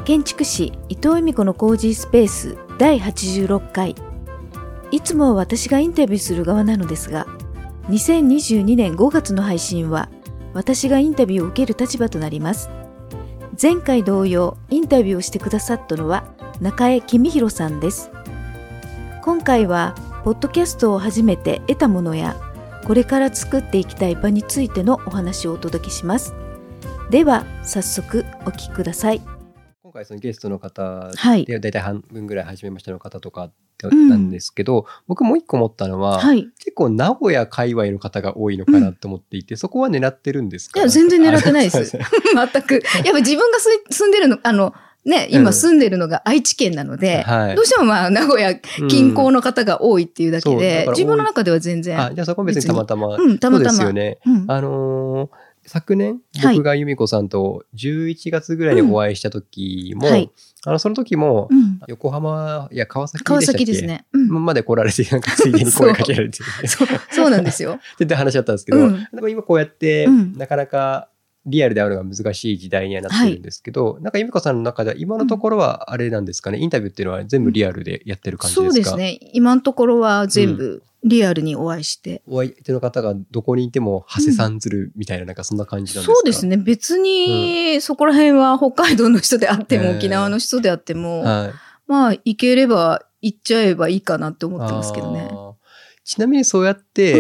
建築士伊藤恵美子のコージースペース第86回。いつも私がインタビューする側なのですが、2022年5月の配信は私がインタビューを受ける立場となります。前回同様インタビューをしてくださったのは中江公弘さんです。今回はポッドキャストを初めて得たものやこれから作っていきたい場についてのお話をお届けします。では早速お聞きください。 今回そのゲストの方はいでだいたい半分ぐらい初めましての方とかなんですけど、僕もう一個思ったのは、 はい、 結構名古屋界隈の方が多いのかなと思っていて、そこは狙ってるんですか？ いや全然狙ってないです。 全くやっぱ自分が住んでるの今住んでるのが愛知県なので、 はい、 どうしても名古屋近郊の方が多いっていうだけで、自分の中では全然。 じゃあそこは別にたまたま。 たまたま。 そうですよね。昨年僕が由美子さんと11月ぐらいにお会いした時も、その時も横浜や川崎でしたっけ？川崎ですね。まで来られてついでに声かけられてそうなんですよ。 って話だったんですけど、でも今こうやってなかなかリアルで会うのが難しい時代にはなってるんですけど、なんか由美子さんの中では今のところはあれなんですかね、インタビューっていうのは全部リアルでやってる感じですか？ そうですね。今のところは全部リアルにお会いして。 お相手の方がどこにいても長谷さんずるみたいな、なんかそんな感じなんですか？ そうですね。別にそこら辺は北海道の人であっても、沖縄の人であっても、まあ行ければ行っちゃえばいいかなって思ってますけどね。 ちなみにそうやって、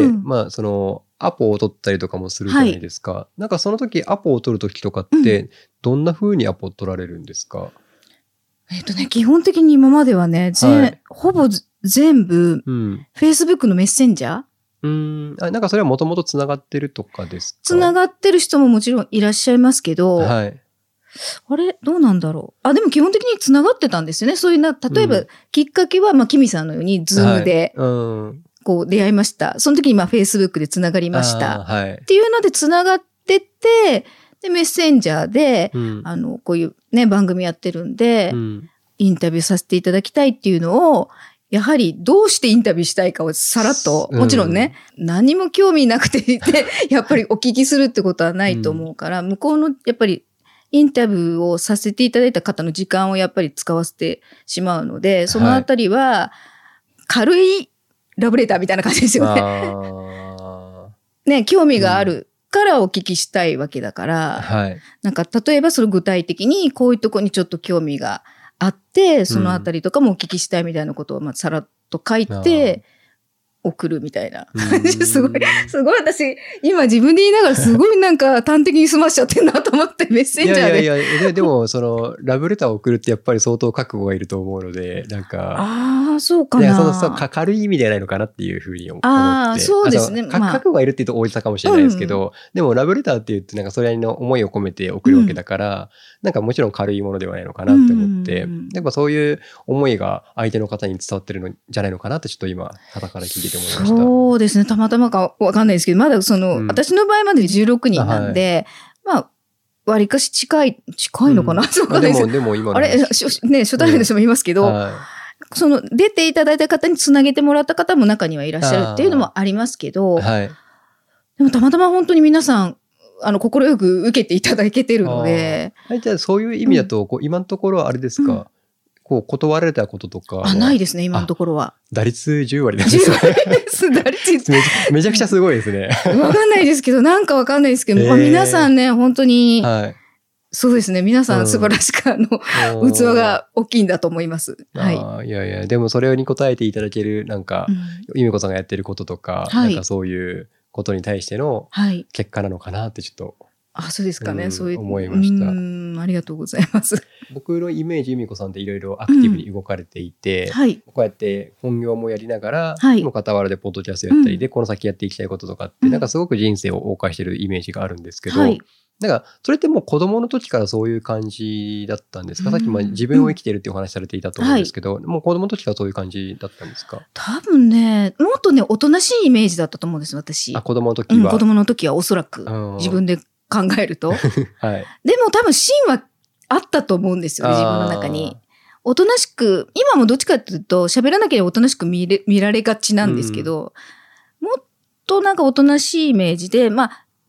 まあそのアポを取ったりとかもするじゃないですか。なんかその時アポを取る時とかってどんな風にアポを取られるんですか？ 基本的に今まではね、ほぼ全部、Facebook のメッセンジャー？ なんかそれはもともとつながってるとかですか？ つながってる人ももちろんいらっしゃいますけど、あれどうなんだろう。でも基本的につながってたんですよね。そういう例えば、きっかけは、キミさんのように、ズームで、こう出会いました。その時にFacebook でつながりました。っていうのでつながってって、で、メッセンジャーで、こういうね、番組やってるんで、インタビューさせていただきたいっていうのを、やはりどうしてインタビューしたいかをさらっと、もちろんね、何も興味なくてやっぱりお聞きするってことはないと思うから、向こうのやっぱりインタビューをさせていただいた方の時間をやっぱり使わせてしまうので、そのあたりは軽いラブレターみたいな感じですよね。ね、興味があるからお聞きしたいわけだから、なんか例えばその具体的にこういうとこにちょっと興味があって、そのあたりとかもお聞きしたいみたいなことをさらっと書いて送るみたいな。すごい私、今自分で言いながらすごいなんか端的に済ましちゃってんなと思ってメッセンジャーで。 いや、でもそのラブレターを送るってやっぱり相当覚悟がいると思うので、なんか。 そうかな。 軽い意味ではないのかなっていうふうに思って。 そうですね。 覚悟がいるって言うと大げさかもしれないですけど、でもラブレターって言ってなんかそれの思いを込めて送るわけだから、なんかもちろん軽いものではないのかなって思って、やっぱそういう思いが相手の方に伝わってるのじゃないのかなってちょっと今、傍から聞いてて思いました。 そうですね。たまたまかわかんないですけど、まだ私の場合まで16人なんで、わりかし近いのかな、 でも今あれ、初対面の人もいますけど、出ていただいた方につなげてもらった方も中にはいらっしゃるっていうのもありますけど、でもたまたま本当に皆さん、心よく受けていただけてるので。 じゃあそういう意味だと、今のところはあれですか、断られたこととかないですね、今のところは。 打率10割なんですね。 10割です。打率めちゃくちゃすごいですね。 わかんないですけど、なんかわかんないですけど、皆さんね、本当に、そうですね、皆さん素晴らしく器が大きいんだと思います。 いや、でもそれに応えていただける、なんか、由美子さんがやってることとか、なんかそういうことに対しての結果なのかなってちょっと。 そうですかね。そういう思いました。 ありがとうございます。 僕のイメージ、由美子さんっていろいろアクティブに動かれていて、こうやって本業もやりながら、その傍らでポッドキャストやったりで、この先やっていきたいこととかって、なんかすごく人生を謳歌してるイメージがあるんですけど、なんかそれってもう子供の時からそういう感じだったんですか？さっき自分を生きてるっていうお話されていたと思うんですけど、もう子供の時からそういう感じだったんですか？ 多分ね、もっとね、おとなしいイメージだったと思うんです、私。 子供の時は。 子供の時はおそらく、自分で考えると。でも多分芯はあったと思うんですよね、自分の中に。おとなしく、今もどっちかっていうと、喋らなければおとなしく見られがちなんですけど、もっとなんかおとなしいイメージで、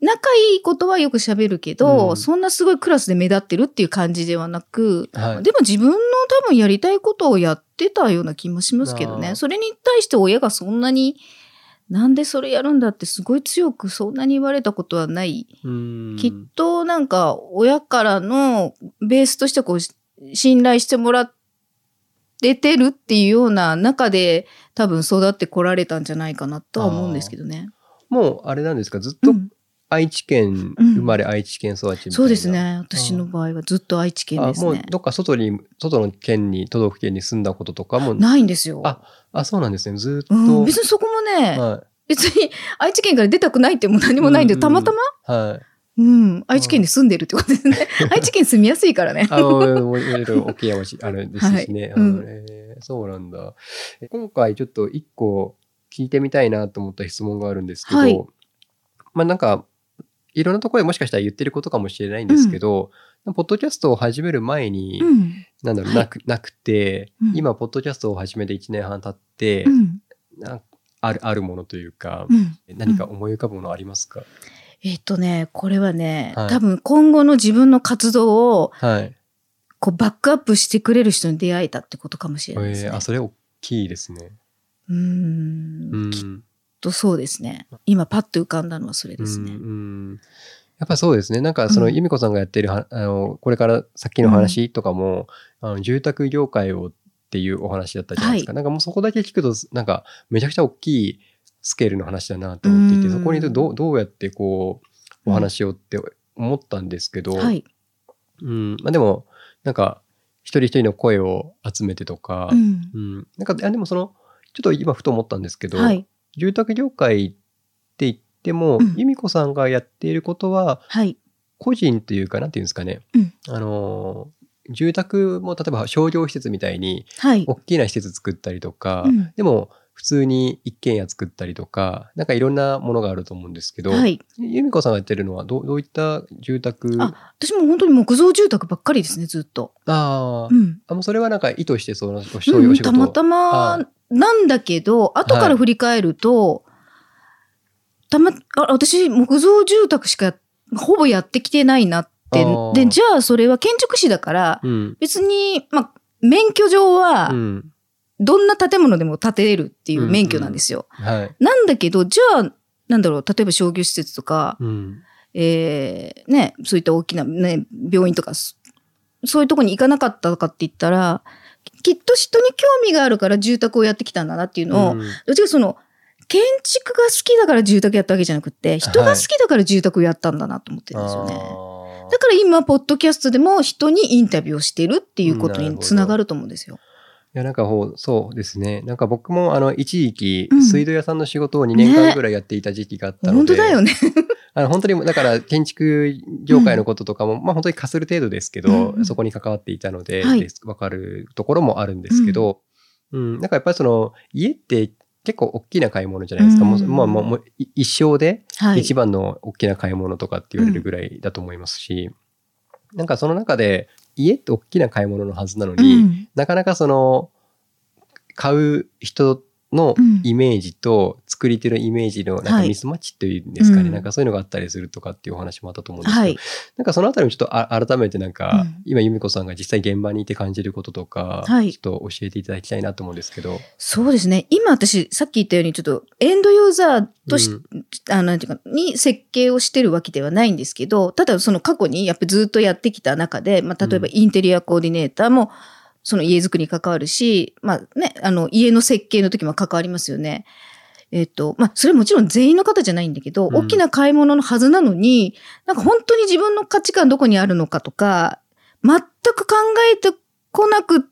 仲いいことはよく喋るけど、そんなすごいクラスで目立ってるっていう感じではなく、でも自分の多分やりたいことをやってたような気もしますけどね。それに対して親がそんなに、なんでそれやるんだってすごい強くそんなに言われたことはない。きっとなんか親からのベースとしてこう信頼してもらっててるっていうような中で多分育ってこられたんじゃないかなとは思うんですけどね。 もうあれなんですか、ずっと愛知県生まれ、愛知県育ちみたいな。 そうですね。私の場合はずっと愛知県ですね。 もうどっか外の県に、都道府県に住んだこととかもないんですよ。 そうなんですね。ずっと。 別にそこもね、別に愛知県から出たくないっても何もないんで、たまたま愛知県に住んでるってことですね。愛知県住みやすいからね。 大きい山あれですしね。そうなんだ。今回ちょっと一個聞いてみたいなと思った質問があるんですけど、なんか、いろんなところでもしかしたら言ってることかもしれないんですけど、ポッドキャストを始める前に、なくて、今、ポッドキャストを始めて1年半経って、あるものというか、何か思い浮かぶものありますか？ これはね、多分今後の自分の活動を、こうバックアップしてくれる人に出会えたってことかもしれないですね。 それ大きいですね。 きっとそうですね。今パッと浮かんだのはそれですね。 やっぱそうですね。なんかその由美子さんがやってるこれから先の話とかも、住宅業界をっていうお話だったじゃないですか。なんかもうそこだけ聞くとなんかめちゃくちゃ大きいスケールの話だなと思っていて、そこにどうやってこうお話をって思ったんですけど、でもなんか一人一人の声を集めてとか、なんかでもそのちょっと今ふと思ったんですけど、住宅業界って言っても、由美子さんがやっていることは、個人というかなんていうんですかね、住宅も例えば商業施設みたいに大きな施設作ったりとか、でも普通に一軒家作ったりとか、なんかいろんなものがあると思うんですけど、由美子さんがやってるのはどういった住宅？ 私も本当に木造住宅ばっかりですね、ずっと。 もうそれはなんか意図してそういうお仕事を。 たまたまなんだけど、後から振り返ると、私木造住宅しかほぼやってきてないなって。で、じゃあそれは建築士だから、別に、免許上は、どんな建物でも建てれるっていう免許なんですよ。なんだけど、じゃあ、なんだろう、例えば商業施設とか、そういった大きな、病院とか、そういうとこに行かなかったかって言ったら、きっと人に興味があるから住宅をやってきたんだなっていうのを、どっちかその、建築が好きだから住宅やったわけじゃなくて、人が好きだから住宅をやったんだなと思ってるんですよね。だから今、ポッドキャストでも人にインタビューをしてるっていうことにつながると思うんですよ。 いや、なんかそうですね。なんか僕も一時期、水道屋さんの仕事を2年間ぐらいやっていた時期があったので。 本当だよね。 本当に、だから建築業界のこととかも、本当にかする程度ですけど、そこに関わっていたので、わかるところもあるんですけど、なんかやっぱりその、家って結構大きな買い物じゃないですか。もう一生で一番の大きな買い物とかって言われるぐらいだと思いますし、なんかその中で、家って大きな買い物のはずなのに、なかなかその買う人のイメージと作り手のイメージのなんかミスマッチっていうんですかね、なんかそういうのがあったりするとかっていうお話もあったと思うんですけど、なんかそのあたりもちょっと改めてなんか、今由美子さんが実際現場にいて感じることとか、ちょっと教えていただきたいなと思うんですけど。 そうですね。今私さっき言ったようにちょっとエンドユーザーとなんていうかに設計をしてるわけではないんですけど、ただその過去にやっぱりずっとやってきた中で、例えばインテリアコーディネーターもその家づくりに関わるし、家の設計の時も関わりますよね。それもちろん全員の方じゃないんだけど、大きな買い物のはずなのに、なんか本当に自分の価値観どこにあるのかとか、全く考えてこなくって、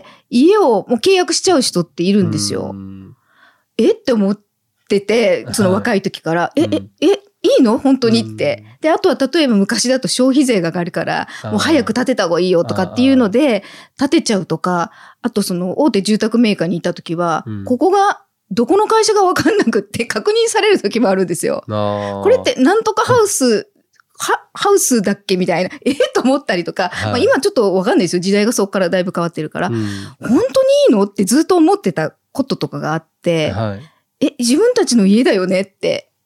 家をもう契約しちゃう人っているんですよ。って思ってて、その若い時から、いいの本当にって。で、あとは例えば昔だと消費税が上がるから、もう早く建てた方がいいよとかっていうので、建てちゃうとか、あとその大手住宅メーカーにいた時は、ここが、どこの会社が分かんなくって確認される時もあるんですよ。これってなんとかハウスだっけみたいな。と思ったりとか、今ちょっと分かんないですよ。時代がそこからだいぶ変わってるから。本当にいいのってずっと思ってたこととかがあって、自分たちの家だよねって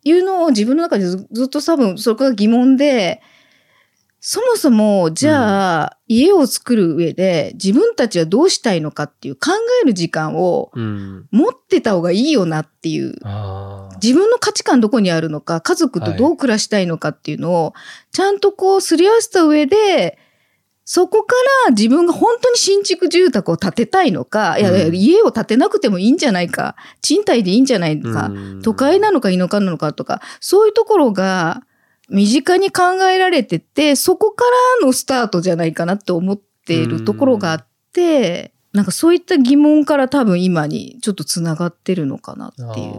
いうのを自分の中でずっと多分そこが疑問で、そもそもじゃあ、家を作る上で自分たちはどうしたいのかっていう考える時間を持ってた方がいいよなっていう、自分の価値観どこにあるのか、家族とどう暮らしたいのかっていうのをちゃんとこうすり合わせた上で、そこから自分が本当に新築住宅を建てたいのか、いや家を建てなくてもいいんじゃないか、賃貸でいいんじゃないか、都会なのか田舎なのかとか、そういうところが身近に考えられてて、そこからのスタートじゃないかなって思っているところがあって、なんかそういった疑問から多分今にちょっとつながってるのかなっていう。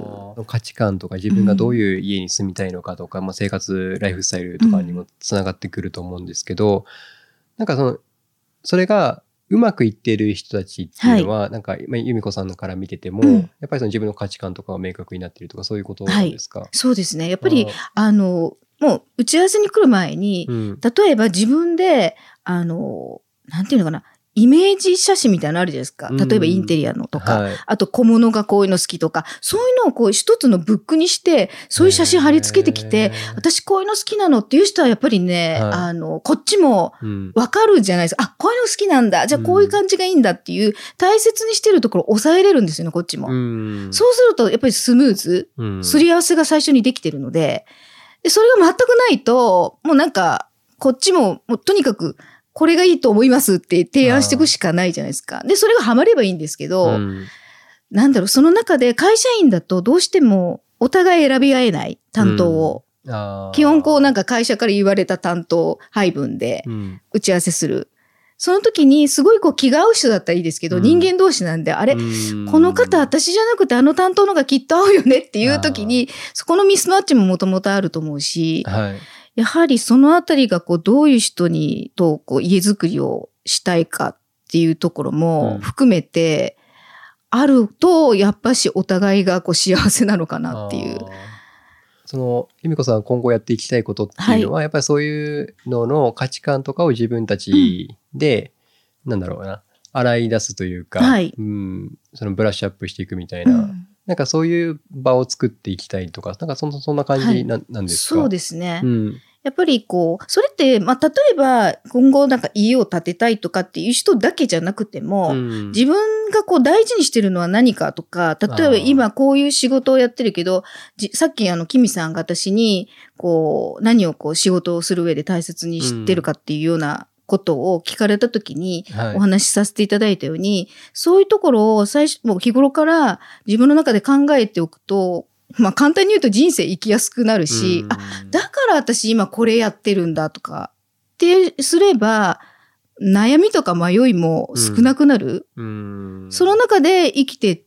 価値観とか自分がどういう家に住みたいのかとか、生活、ライフスタイルとかにもつながってくると思うんですけど、なんかそれがうまくいっている人たちっていうのは、なんか由美子さんのから見てても、やっぱり自分の価値観とかが明確になっているとか、そういうことなんですか？ そうですね。やっぱりもう打ち合わせに来る前に、例えば自分でなんていうのかな、イメージ写真みたいなのあるじゃないですか。例えばインテリアのとか、あと小物がこういうの好きとか、そういうのをこう一つのブックにして、そういう写真貼り付けてきて、私こういうの好きなのっていう人はやっぱりね、こっちもわかるじゃないですか。あ、こういうの好きなんだ。じゃあこういう感じがいいんだっていう大切にしてるところを抑えれるんですよね、こっちも。そうするとやっぱりスムーズ、すり合わせが最初にできてるので、それが全くないと、もうなんか、こっちもとにかく、これがいいと思いますって提案していくしかないじゃないですか。で、それがハマればいいんですけど、なんだろう、その中で会社員だとどうしてもお互い選び合えない担当を。基本こうなんか会社から言われた担当配分で打ち合わせする。その時にすごいこう気が合う人だったらいいですけど、人間同士なんで、あれ、この方私じゃなくてあの担当のがきっと合うよねっていう時に、そこのミスマッチももともとあると思うし、やはりそのあたりがこうどういう人とこう家づくりをしたいかっていうところも含めてあると、やっぱしお互いがこう幸せなのかなっていう。 由美子さん今後やっていきたいことっていうのは、やっぱりそういうのの価値観とかを自分たちで、なんだろうな、洗い出すというか、そのブラッシュアップしていくみたいな、なんかそういう場を作っていきたいとか、なんかそんな感じなんですか？ そうですね。やっぱりこう、それって、例えば今後なんか家を建てたいとかっていう人だけじゃなくても、自分がこう大事にしてるのは何かとか、例えば今こういう仕事をやってるけど、さっきキミさんが私に、こう、何をこう仕事をする上で大切にしてるかっていうようなことを聞かれたときにお話しさせていただいたように、そういうところをもう日頃から自分の中で考えておくと、簡単に言うと人生生きやすくなるし、だから私今これやってるんだとかってすれば、悩みとか迷いも少なくなる。その中で生きていって、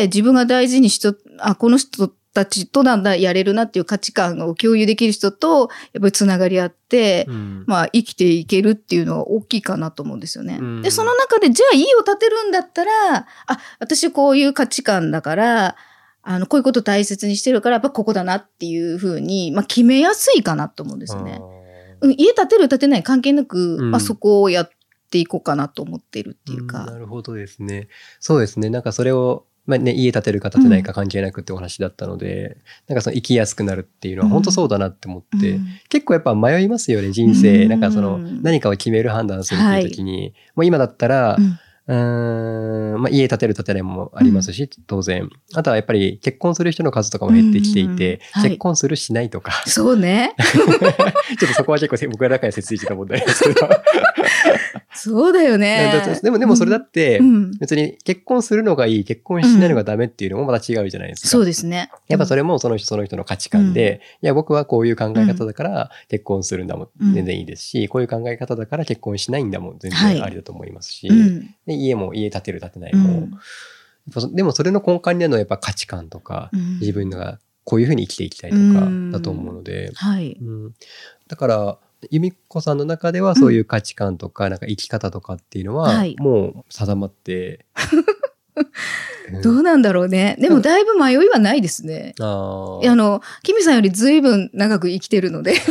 自分が大事にこの人たちとなんだやれるなっていう価値観を共有できる人と、やっぱりつながり合って、生きていけるっていうのは大きいかなと思うんですよね。で、その中でじゃあ家を建てるんだったら、私こういう価値観だから、こういうことを大切にしてるから、やっぱここだなっていうふうに、決めやすいかなと思うんですよね。家建てる建てない関係なく、そこをやっていこうかなと思ってるっていうか。 なるほどですね。そうですね。なんかそれを、家建てるか建てないか関係なくってお話だったので、なんか生きやすくなるっていうのは本当そうだなって思って、結構やっぱ迷いますよね、人生。なんか何かを決める判断するっていう時に、もう今だったら、家建てる建てないもありますし、当然。あとはやっぱり結婚する人の数とかも減ってきていて、結婚するしないとか。 そうね。 ちょっとそこは結構僕の中で切実な問題ですけど。 そうだよね。 でもそれだって、別に結婚するのがいい、結婚しないのがダメっていうのもまた違うじゃないですか。 そうですね。 やっぱそれもその人の価値観で、いや僕はこういう考え方だから結婚するんだもん全然いいですし、こういう考え方だから結婚しないんだもん全然ありだと思いますし、で家建てる建てないも、でもそれの根幹になるのはやっぱ価値観とか、自分がこういうふうに生きていきたいとかだと思うので、だから由美子さんの中ではそういう価値観とか、なんか生き方とかっていうのはもう定まって、 どうなんだろうね。でもだいぶ迷いはないですね。キミさんよりずいぶん長く生きてるので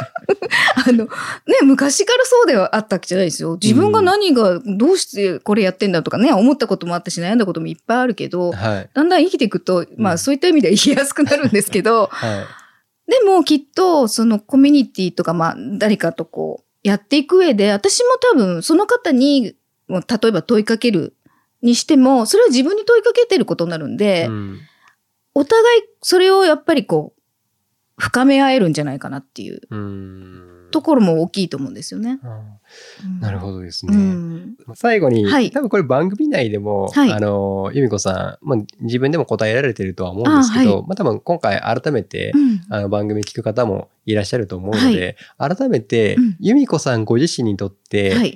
昔からそうではあったわけじゃないですよ。自分がどうしてこれやってんだとかね、思ったこともあったし悩んだこともいっぱいあるけど、だんだん生きていくと、そういった意味では生きやすくなるんですけど、 でもきっとそのコミュニティとか誰かとこうやっていく上で、私も多分その方に例えば問いかけるにしても、それは自分に問いかけてることになるんで、お互いそれをやっぱりこう深め合えるんじゃないかなっていうところも大きいと思うんですよね。 なるほどですね。最後に、多分これ番組内でも、由美子さん、自分でも答えられてるとは思うんですけど、多分今回改めて、番組聞く方もいらっしゃると思うので、改めて、由美子さんご自身にとって、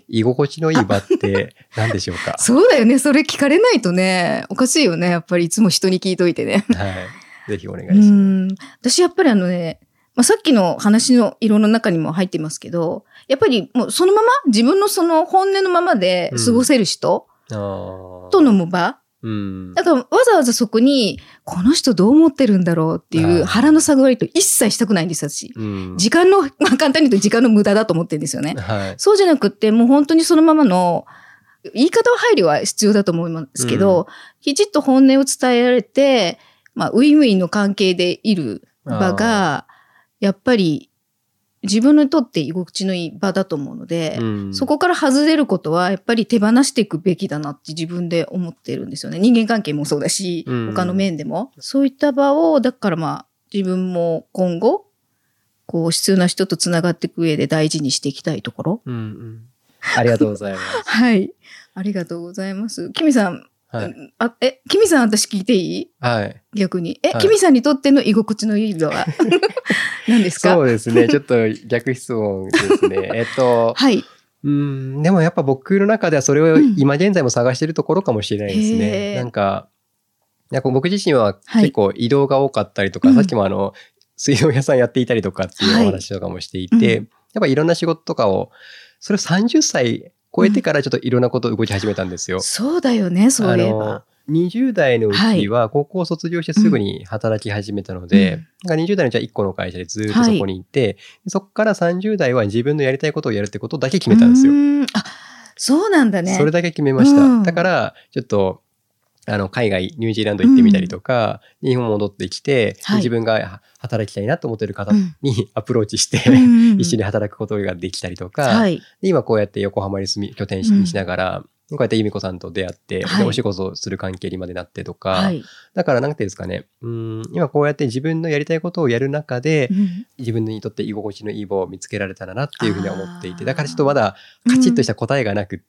居心地のいい場って何でしょうか？ そうだよね。それ聞かれないとね、おかしいよね。やっぱりいつも人に聞いといてね。 ぜひお願いします。 私やっぱりさっきの話の色の中にも入ってますけど、やっぱりもうそのまま自分のその本音のままで過ごせる人と飲む場。だからわざわざそこにこの人どう思ってるんだろうっていう腹の探りと一切したくないんです私。時間の、簡単に言うと時間の無駄だと思ってるんですよね。そうじゃなくってもう本当にそのままの言い方は配慮は必要だと思いますけど、きちっと本音を伝えられて、ウィンウィンの関係でいる場が、やっぱり自分にとって居心地のいい場だと思うので、そこから外れることはやっぱり手放していくべきだなって自分で思ってるんですよね。人間関係もそうだし、他の面でも。そういった場を、だから自分も今後、こう必要な人とつながっていく上で大事にしていきたいところ。 ありがとうございます。 はい。ありがとうございます。キミさん、キミさん私聞いていい？逆に。キミさんにとっての居心地のいい場は何ですか？ そうですね。ちょっと逆質問ですね。でもやっぱ僕の中ではそれを今現在も探しているところかもしれないですね。なんか僕自身は結構移動が多かったりとか、さっきも水道屋さんやっていたりとかっていうお話とかもしていて、やっぱいろんな仕事とかを、それを30歳超えてからちょっといろんなことを動き始めたんですよ。 そうだよね、そういえば。 20代のうちは高校卒業してすぐに働き始めたので、20代のうちは1個の会社でずっとそこにいて、そこから30代は自分のやりたいことをやるってことだけ決めたんですよ。 そうなんだね。 それだけ決めました。だからちょっと海外ニュージーランド行ってみたりとか、日本戻ってきて、自分が働きたいなと思ってる方にアプローチして、一緒に働くことができたりとか、で今こうやって横浜に拠点にしながら、こうやって由美子さんと出会って、でお仕事をする関係にまでなってとか、だからなんていうんですかね、今こうやって自分のやりたいことをやる中で、自分にとって居心地のいい場を見つけられたらなっていうふうに思っていて、だからちょっとまだカチッとした答えがなくって、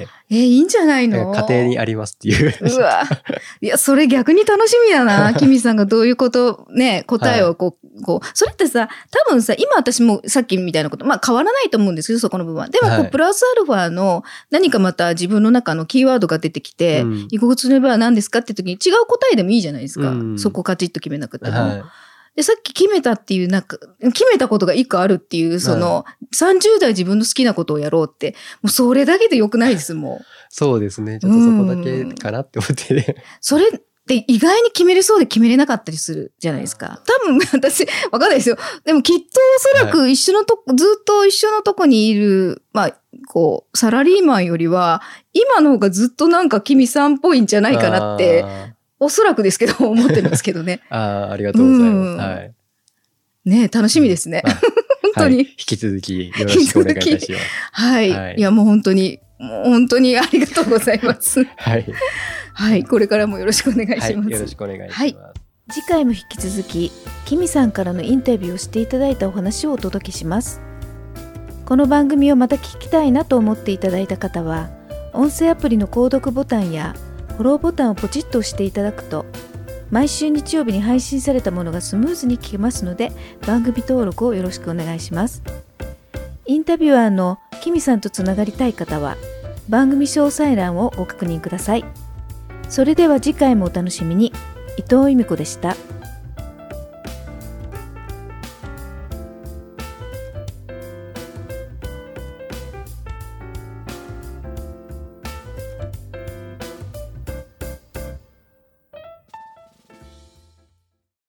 いいんじゃないの？ 家庭にありますっていう。 うわ。いや、それ逆に楽しみだな。キミさんがどういうことね、答えをそれってさ、多分さ、今私もさっきみたいなこと、変わらないと思うんですけど、そこの部分は。でもプラスアルファの何かまた自分の中のキーワードが出てきて、居心地のいい場は何ですかって時に違う答えでもいいじゃないですか。そこカチッと決めなくても。で、さっき決めたっていう、決めたことが一個あるっていう、30代自分の好きなことをやろうって、もうそれだけでよくないです、もう。 そうですね。ちょっとそこだけかなって思ってね。 それって意外に決めれそうで決めれなかったりするじゃないですか。多分私、わかんないですよ。でもきっとおそらくずっと一緒のとこにいる、サラリーマンよりは、今の方がずっとキミさんっぽいんじゃないかなって、おそらくですけど、思ってるんですけどね。 ありがとうございます。 ね、楽しみですね。本当に、 引き続きよろしくお願いいたします。 はい。いや、もう本当にありがとうございます。はい。これからもよろしくお願いします。 よろしくお願いします。 次回も引き続き、キミさんからのインタビューをしていただいたお話をお届けします。この番組をまた聞きたいなと思っていただいた方は、音声アプリの購読ボタンやフォローボタンをポチッと押していただくと、毎週日曜日に配信されたものがスムーズに聞けますので、番組登録をよろしくお願いします。インタビュアーのキミさんとつながりたい方は、番組詳細欄をご確認ください。それでは次回もお楽しみに。伊藤由美子でした。